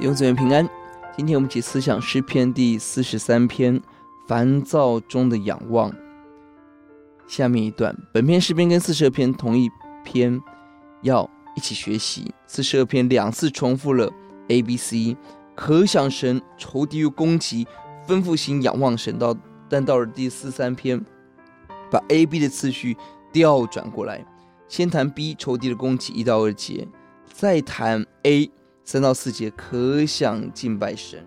弟兄姊妹平安。今天我们一起思想诗篇第43篇，烦躁中的仰望。下面一段，本篇诗篇跟42篇同一篇，要一起学习。42篇2次重复了 ABC， 可想神仇敌又攻击，吩咐心仰望神。但到了第43篇，把 AB 的次序调转过来，先谈 B 仇敌的攻击1到2节，再谈 A 3到4节可想敬拜神，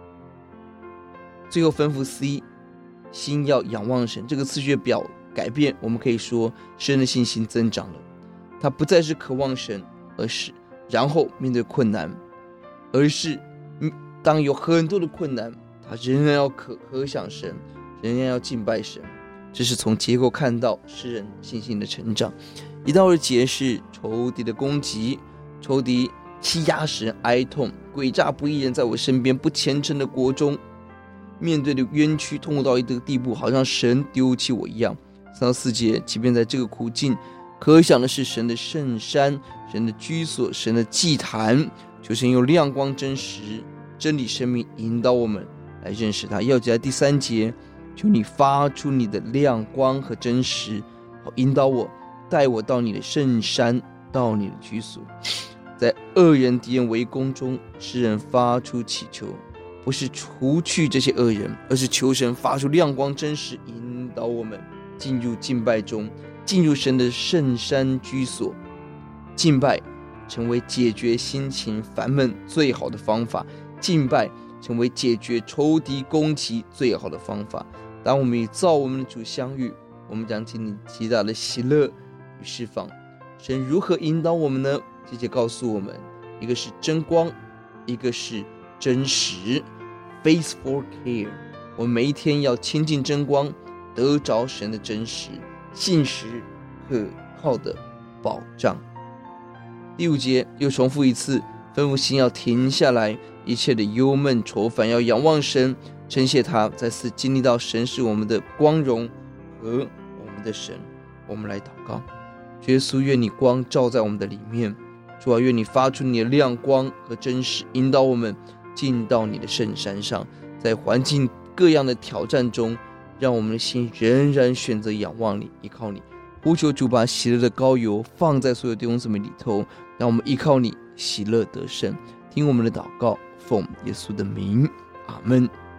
最后吩咐 C 心要仰望神。这个次序表改变，我们可以说诗人的信心增长了。他不再是渴望神，然后面对困难，而是当有很多的困难，他仍然要可想神，仍然要敬拜神。这是从结构看到诗人信心的成长。1到2节是仇敌的攻击，仇敌欺压时哀痛，诡诈不义人在我身边，不虔诚的国中，面对的冤屈痛苦到一个地步，好像神丢弃我一样。3到4节，即便在这个苦境，可想的是神的圣山，神的居所，神的祭坛，求神用亮光真实真理生命引导我们来认识他。要记在第3节，求你发出你的亮光和真实，好引导我，带我到你的圣山，到你的居所。在恶人敌人围攻中，诗人发出祈求，不是除去这些恶人，而是求神发出亮光真实，引导我们进入敬拜中，进入神的圣山居所。敬拜成为解决心情烦闷最好的方法，敬拜成为解决仇敌攻击最好的方法。当我们与造我们的主相遇，我们将经历极大的喜乐与释放。神如何引导我们呢？这节告诉我们，一个是真光，一个是真实。 Faithful care， 我们每一天要亲近真光，得着神的真实，信实可靠的保障。第5节又重复一次，吩咐心要停下来，一切的忧闷愁烦要仰望神，称谢他，再次经历到神是我们的光荣和我们的神。我们来祷告。主耶稣，愿你光照在我们的里面，主啊，愿你发出你的亮光和真实，引导我们进到你的圣山上，在环境各样的挑战中，让我们的心仍然选择仰望你，依靠你。呼求主把喜乐的膏油放在所有弟兄姊妹里头，让我们依靠你，喜乐得胜。听我们的祷告，奉耶稣的名，阿们。